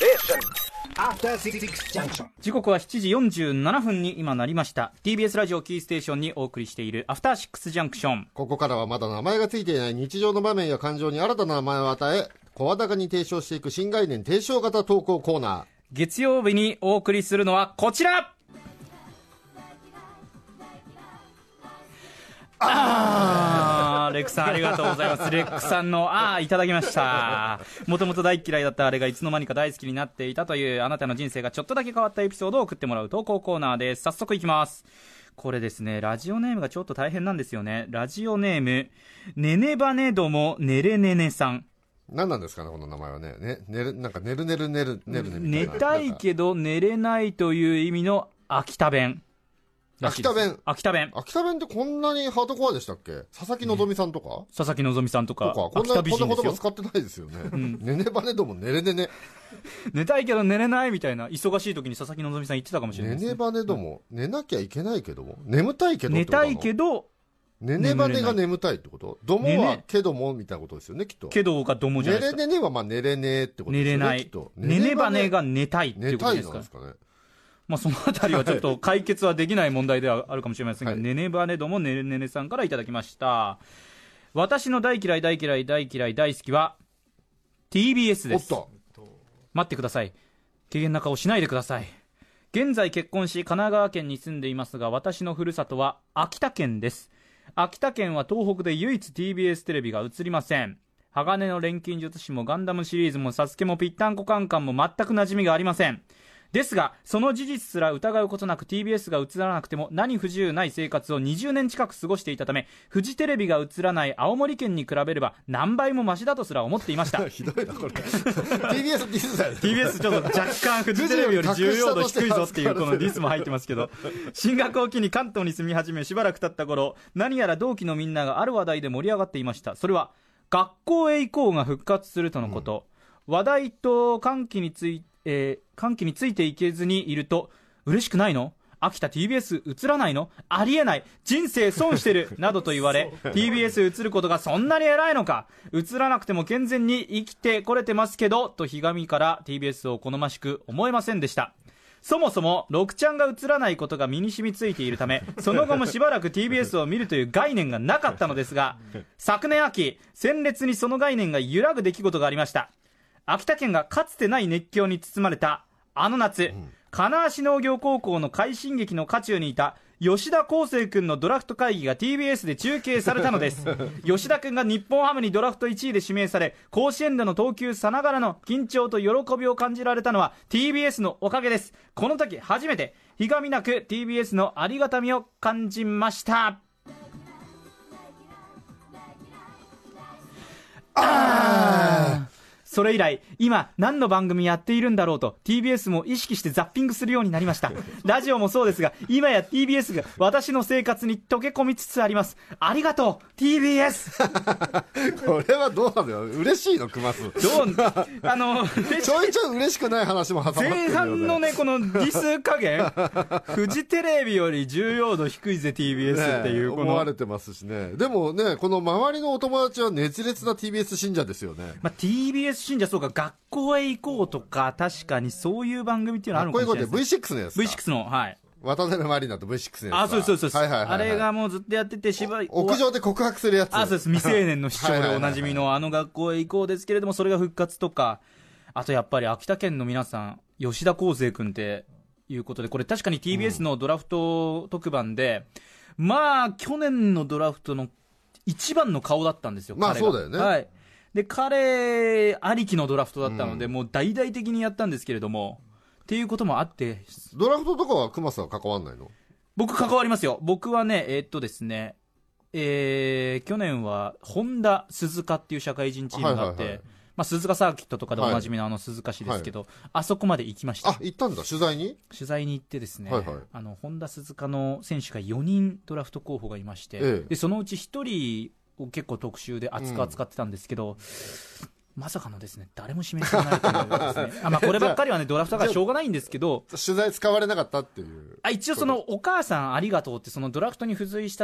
時刻は7時47分に今なりました。 TBS ラジオキーステーションにお送りしているアフターシックスジャンクション。 ここからはまだ名前がついていない日常の場面や感情に新たな名前を与え、声高に提唱していく新概念提唱型投稿コーナー。 月曜日にお送りするのはこちら。レックさんありがとうございます。レックさんのいただきました。もともと大嫌いだったあれがいつの間にか大好きになっていたという、あなたの人生がちょっとだけ変わったエピソードを送ってもらう投稿コーナーです。早速いきます。これですね、ラジオネームがちょっと大変なんですよね。ラジオネームねねばねどもねれねねさん。 何なんですかねこの名前はね。なんかねるねるねるねるねみたいな。 寝たいけど寝れないという意味の秋田弁。 秋田弁ってこんなにハードコアでしたっけ？佐々木希さんとか、 佐々木希さんとかこんな言葉使ってないですよね。ねねばねどもねれねね。 寝たいけど寝れないみたいな忙しい時に佐々木希さん言ってたかもしれないですね。 ねねばねども、寝なきゃいけないけども眠たいけどってことなの？ 寝たいけどねねばねが眠たいってこと？どもはけどもみたいなことですよねきっと。 けどがどもじゃないですか。 ねれねねはまあ寝れねってことですよね。寝れない。きっとねねばねが寝たいっていうことですか。 寝たいなんですかね。 まあ、そのあたりはちょっと解決はできない問題ではあるかもしれませんが、ねねばねどもねれねねさんからいただきました。私の大嫌い大嫌い大嫌い大好きは TBS です。待ってください。機嫌な顔しないでください。現在結婚し神奈川県に住んでいますが、私のふるさとは秋田県です。秋田県は東北で唯一 TBS テレビが映りません。鋼の錬金術師もガンダムシリーズもサスケもぴったんこカンカンも全く馴染みがありません。ですがその事実すら疑うことなく TBS が映らなくても何不自由ない生活を20年近く過ごしていたため、フジテレビが映らない青森県に比べれば何倍もマシだとすら思っていました。 ひどいなこれ。TBS ディスだよね。 TBS ちょっと若干フジテレビより重要度低いぞっていうこのディスも入ってますけど、進学を機に関東に住み始めしばらく経った頃、何やら同期のみんながある話題で盛り上がっていました。それは学校へ行こうが復活するとのこと、話題と歓喜についていけずにいると、嬉しくないの？秋田 TBS 映らないの？ありえない、人生損してるなどと言われTBS 映ることがそんなに偉いのか、映らなくても健全に生きてこれてますけどとひがみから TBS を好ましく思えませんでした。そもそも6ちゃんが映らないことが身に染みついているため、その後もしばらく TBS を見るという概念がなかったのですが、昨年秋鮮烈にその概念が揺らぐ出来事がありました。秋田県がかつてない熱狂に包まれたあの夏、金足農業高校の快進撃の渦中にいた吉田康生君のドラフト会議が TBS で中継されたのです。吉田君が日本ハムにドラフト1位で指名され、甲子園での投球さながらの緊張と喜びを感じられたのは TBS のおかげです。この時初めてひがみなく TBS のありがたみを感じました。それ以来今何の番組やっているんだろうと TBS も意識してザッピングするようになりました。ラジオもそうですが、今や TBS が私の生活に溶け込みつつあります。ありがとう TBS。 これはどうなのよ、嬉しいの熊須。 ちょいちょい嬉しくない話も挟まってるよね。 前半のねこのディス加減フジテレビより重要度低いぜ TBS っていう、 ね、思われてますしね。でもね、この周りのお友達は熱烈な TBS 信者ですよね。 TBS 信者、そうか、学校へ行こうとか、確かにそういう番組っていうのあるのかもしれないですね。 V6 のやつか。 V6 の、はい。 渡辺満里奈と V6 のやつ。 そうです、 はいはいはいはい、 あれがもうずっとやってて、 屋上で告白するやつ。 そうです、未成年の主張でおなじみのあの学校へ行こうですけれども、それが復活とか、あとやっぱり秋田県の皆さん、吉田康生君っていうことで、これ確かに TBS のドラフト特番で、まあ去年のドラフトの一番の顔だったんですよ。 まあそうだよね。 はい。で彼ありきのドラフトだったので、もう大々的にやったんですけれどもっていうこともあって、 ドラフトとかは熊さん関わんないの？ 僕関わりますよ。僕はねですね、去年は本田鈴鹿っていう社会人チームがあって、鈴鹿サーキットとかでおなじみのあの鈴鹿市ですけど、あそこまで行きました。 行ったんだ。取材に行ってですね、本田鈴鹿の選手が4人ドラフト候補がいまして、でそのうち1人を結構特集で熱く扱ってたんですけど、まさかのですね、誰も指名されないというですね。こればっかりはね、ドラフトだからしょうがないんですけど、 取材使われなかったっていう。 一応そのお母さんありがとうってそのドラフトに付随した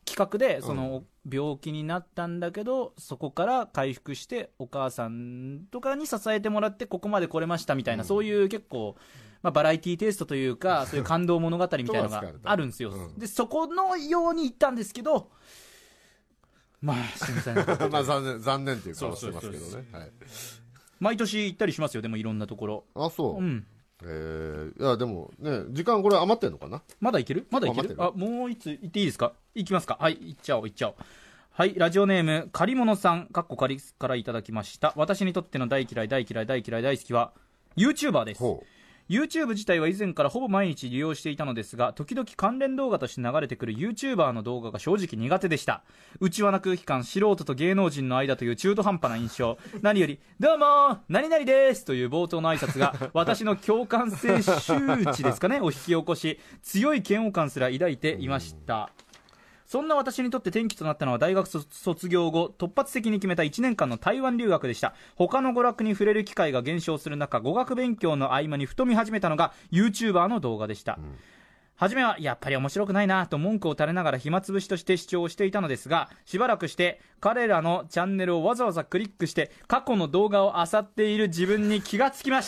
企画でその病気になったんだけど、そこから回復してお母さんとかに支えてもらってここまで来れましたみたいな、そういう結構、バラエティテイストというかそういう感動物語みたいなのがあるんですよ、でそこのように言ったんですけど、すみません残念っていう顔してますけどね。 毎年行ったりしますよ、でもいろんなところ。 あ、そう。いやでもね、時間これ余ってんのかな。 まだいけるもういつ行っていいですか。行きますか。はい、行っちゃおう。はい、ラジオネーム借り物さん仮からいただきました。私にとっての大嫌い大好きは YouTuber です。YouTube 自体は以前からほぼ毎日利用していたのですが、時々関連動画として流れてくる YouTuber の動画が正直苦手でした。内輪な空気感、素人と芸能人の間という中途半端な印象、何よりどうも何々ですという冒頭の挨拶が私の共感性周知ですかねを引き起こし、強い嫌悪感すら抱いていました。そんな私にとって転機となったのは大学卒業後突発的に決めた1年間の台湾留学でした。他の娯楽に触れる機会が減少する中、語学勉強の合間にふと見始めたのが YouTuber の動画でした。初めはやっぱり面白くないなと文句を垂れながら暇つぶしとして視聴をしていたのですが、しばらくして彼らのチャンネルをわざわざクリックして過去の動画を漁っている自分に気がつきました。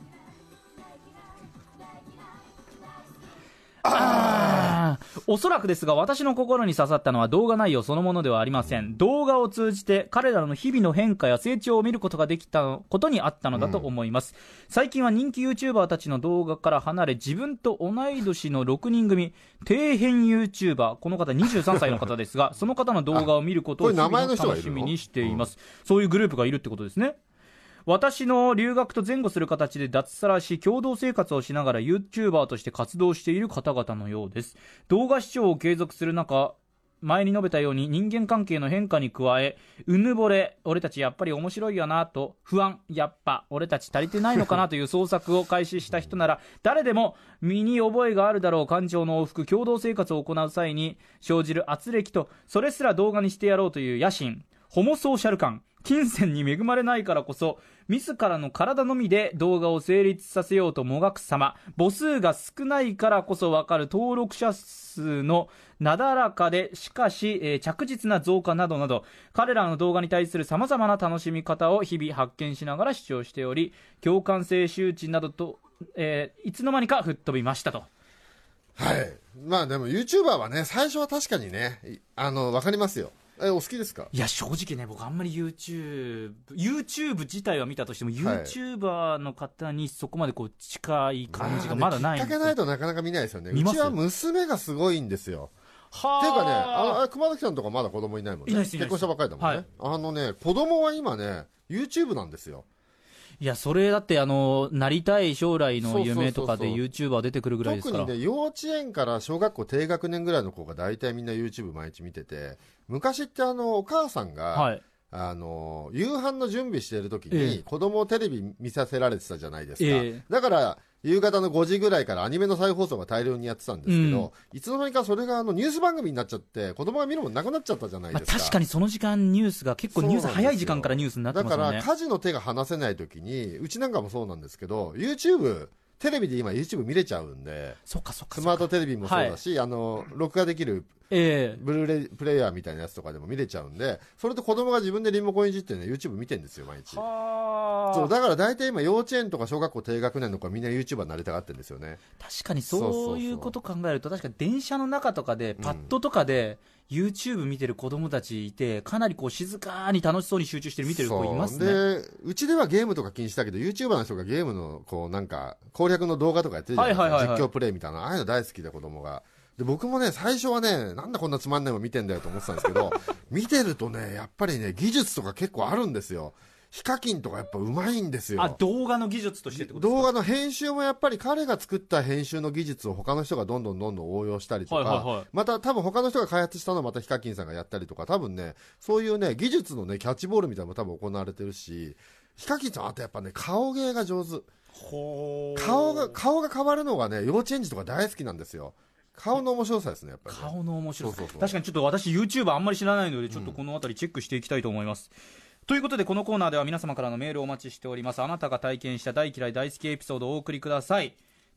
おそらくですが私の心に刺さったのは動画内容そのものではありません。動画を通じて彼らの日々の変化や成長を見ることができたことにあったのだと思います。最近は人気 YouTuber たちの動画から離れ、自分と同い年の6人組底辺 YouTuber、 この方23歳の方ですがその方の動画を見ることを日々の楽しみにしています。そういうグループがいるってことですね。私の留学と前後する形で脱サラし共同生活をしながら YouTuber として活動している方々のようです。動画視聴を継続する中、前に述べたように人間関係の変化に加え、うぬぼれ、俺たちやっぱり面白いよなと、不安、やっぱ俺たち足りてないのかなという創作を開始した人なら誰でも身に覚えがあるだろう感情の往復、共同生活を行う際に生じる圧力と、それすら動画にしてやろうという野心、ホモソーシャル感、金銭に恵まれないからこそ自らの体のみで動画を成立させようともがく様、母数が少ないからこそ分かる登録者数のなだらかでしかし、着実な増加などなど、彼らの動画に対する様々な楽しみ方を日々発見しながら視聴しており、共感性周知などと、いつの間にか吹っ飛びましたと。 はい。でも YouTuber はね、最初は確かにね、わかりますよ。お好きですか。 いや正直ね、僕あんまり YouTube 自体は見たとしても、YouTuber の方にそこまでこう近い感じがまだないんですよ。 きっかけないとなかなか見ないですよね。 うちは娘がすごいんですよ。っていうかね、熊崎さんとかまだ子供いないもんね。結婚したばっかりだもんね。子供は今ね YouTube なんですよ。 いやそれだってなりたい将来の夢とかで YouTuber 出てくるぐらいですから。 特にね、幼稚園から小学校低学年ぐらいの子が大体みんな YouTube 毎日見てて、昔ってお母さんが、夕飯の準備している時に子供をテレビ見させられてたじゃないですか。だから夕方の5時ぐらいからアニメの再放送が大量にやってたんですけど、いつの間にかそれがニュース番組になっちゃって子供が見るもんなくなっちゃったじゃないですか。 確かにその時間ニュースが結構ニュース早い時間からニュースになってますよね。 だから家事の手が離せない時に、うちなんかもそうなんですけど YouTube、テレビで今 YouTube 見れちゃうんで、スマートテレビもそうだし、録画できるブルーレイプレイヤーみたいなやつとかでも見れちゃうんで、それで子供が自分でリモコンいじってね YouTube 見てるんですよ毎日。そうだから大体今幼稚園とか小学校低学年の子はみんな YouTuber になりたがってるんですよね。 確かにそういうこと考えると、確かに電車の中とかでパッドとかで YouTube 見てる子供たちいて、かなりこう静かに楽しそうに集中してる見てる子いますね。 でうちではゲームとか禁止だけど YouTuber の人がゲームのこうなんか攻略の動画とかやってるじゃないですか、実況プレイみたいな、ああいうの大好きで子供が。で僕もね最初はね、なんだこんなつまんないの見てんだよと思ってたんですけど見てるとねやっぱりね技術とか結構あるんですよ。ヒカキンとかやっぱうまいんですよ。 動画の技術としてってことですか。 動画の編集もやっぱり彼が作った編集の技術を他の人がどんどん応用したりとか、また多分他の人が開発したのをまたヒカキンさんがやったりとか、多分ねそういうね技術のねキャッチボールみたいなのも多分行われてるし、ヒカキンさんあとやっぱね顔芸が上手。顔が変わるのがね幼稚園児とか大好きなんですよ。顔の面白さですね、やっぱり、ね、 顔の面白さ。確かにちょっと私 YouTuber あんまり知らないので、ちょっとこのあたりチェックしていきたいと思います。ということでこのコーナーでは皆様からのメールをお待ちしております。あなたが体験した大嫌い大好きエピソードをお送りください。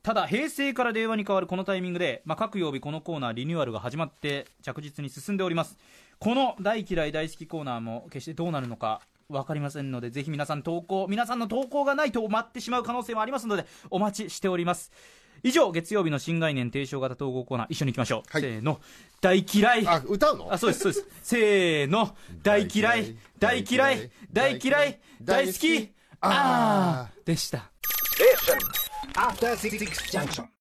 ただ平成から令和に変わるこのタイミングで、各曜日このコーナーリニューアルが始まって着実に進んでおります。この大嫌い大好きコーナーも決してどうなるのか分かりませんので、ぜひ皆さんの投稿がないと待ってしまう可能性もありますのでお待ちしております。以上、月曜日の新概念提唱型統合コーナー、一緒に行きましょう、はい、せーの、大嫌い。 歌うの？ そうですせーの、大嫌い大嫌い大嫌い大好きでした。